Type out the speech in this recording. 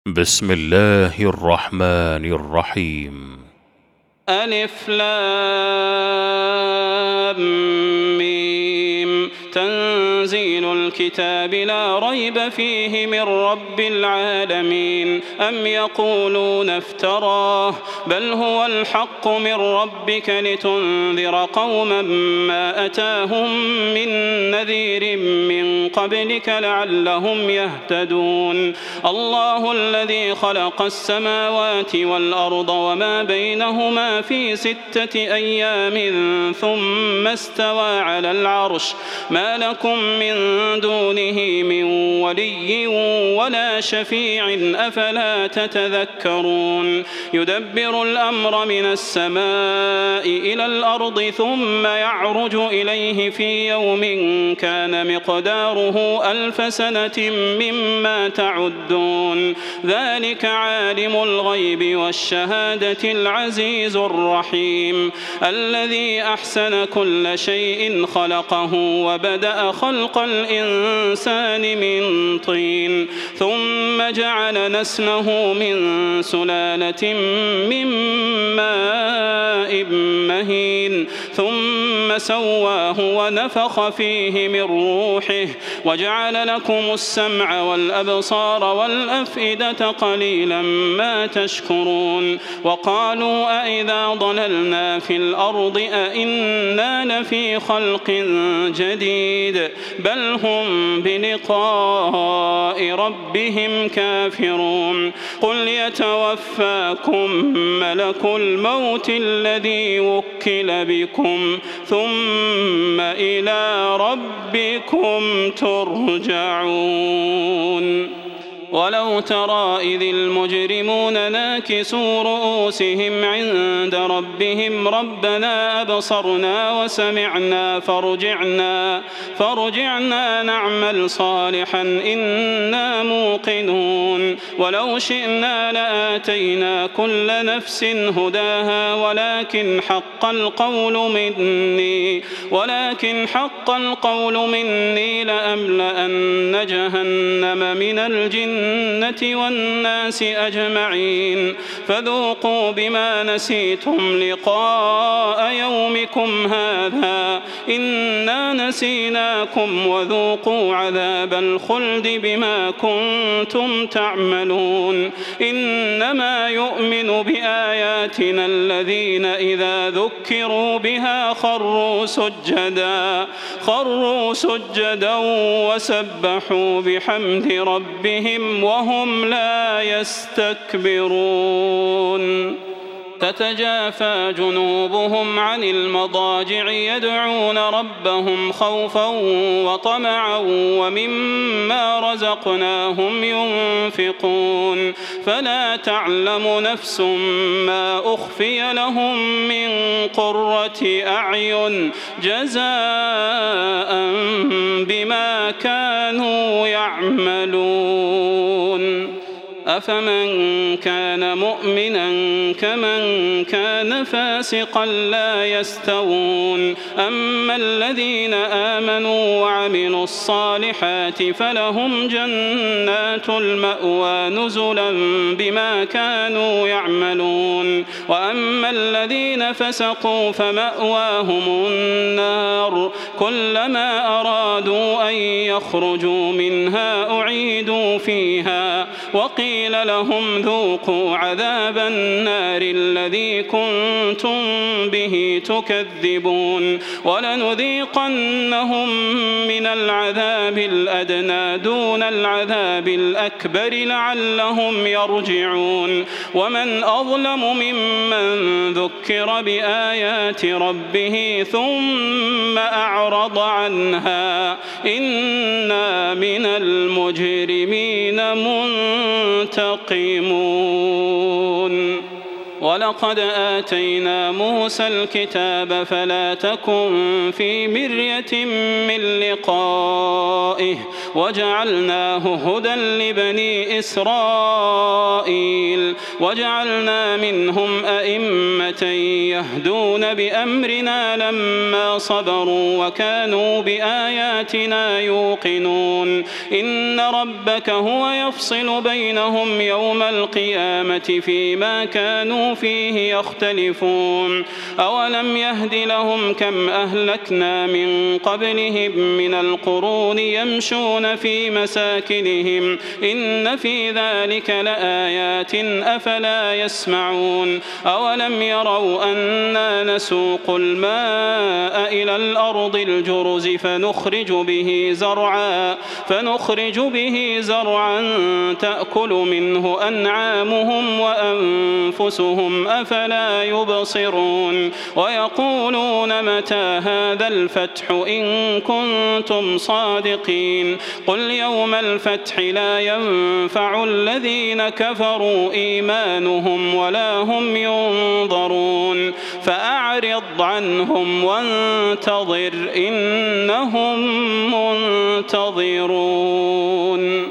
بسم الله الرحمن الرحيم. ألف لام ميم. تنزيل الكتاب لا ريب فيه من رب العالمين. أم يقولون افتراه بل هو الحق من ربك لتنذر قوما ما أتاهم من نذير من قبلك لعلهم يهتدون. الله الذي خلق السماوات والأرض وما بينهما في 6 أيام ثم استوى على العرش. ما لكم من دونه من ولي ولا شفيع أفلا تتذكرون. يدبر الأمر من السماء إلى الأرض ثم يعرج إليه في يوم كان مقداره 1000 سنة مما تعدون. ذلك عالم الغيب والشهادة العزيز الرحيم. الذي أحسن كل شيء خلقه وبدأ خلق الإنسان من طين ثم جعل نسله من سلالة من ماء مهين ثم سواه ونفخ فيه من روحه وجعل لكم السمع والأبصار والأفئدة قليلا ما تشكرون. وقالوا أئذا ضللنا في الأرض أئنا لفي خلق جديد بل هم بلقاء ربهم كافرون. قل يتوفاكم ملك الموت الذي وكل بكم ثم إلى ربكم ترجعون. ولو ترى إذ المجرمون ناكسوا رؤوسهم عند ربهم ربنا أبصرنا وسمعنا فارجعنا نعمل صالحا إنا موقنون. ولو شئنا لآتينا كل نفس هداها ولكن حق القول مني لأملأن جهنم من الجنة والناس أجمعين. فذوقوا بما نسيتم لقاء يومكم هذا إنا نسيناكم وذوقوا عذاب الخلد بما كنتم تعملون. إنما يؤمن بآياتنا الذين إذا ذكروا بها خروا سجدا وسبحوا بحمد ربهم وهم لا يستكبرون. تتجافى جنوبهم عن المضاجع يدعون ربهم خوفا وطمعا ومما رزقناهم ينفقون. فلا تعلم نفس ما أخفي لهم من قرة أعين جزاء بما كانوا يعملون. أفمن كان مؤمنا كمن كان فاسقا لا يستوون. أما الذين آمنوا وعملوا الصالحات فلهم جنات المأوى نزلا بما كانوا يعملون. وأما الذين فسقوا فمأواهم النار كلما أرادوا أن يخرجوا منها أعيدوا فيها وقيل لهم ذوقوا عذاب النار الذي كنتم به تكذبون. ولنذيقنهم من العذاب الأدنى دون العذاب الأكبر لعلهم يرجعون. ومن أظلم ممن ذكر بآيات ربه ثم أعرض عنها إنا من المجرمين منتقمون. ولقد آتينا موسى الكتاب فلا تكن في مرية من لقائه وجعلناه هدى لبني إسرائيل وجعلنا منهم أئمة يهدون بأمرنا لما صبروا وكانوا بآياتنا يوقنون إن ربك هو يفصل بينهم يوم القيامة فيما كانوا فيه يختلفون أولم يهد لهم كم أهلكنا من قبلهم من القرون يمشون في مساكنهم إن في ذلك لآيات أفلا يسمعون أولم يروا أنا نسوق الماء إلى الأرض الجرز فنخرج به زرعا تأكل منه أنعامهم وأنفسهم أفلا يبصرون ويقولون متى هذا الفتح إن كنتم صادقين قل يوم الفتح لا ينفع الذين كفروا إيمانهم ولا هم ينظرون فأعرض عنهم وانتظر إنهم منتظرون.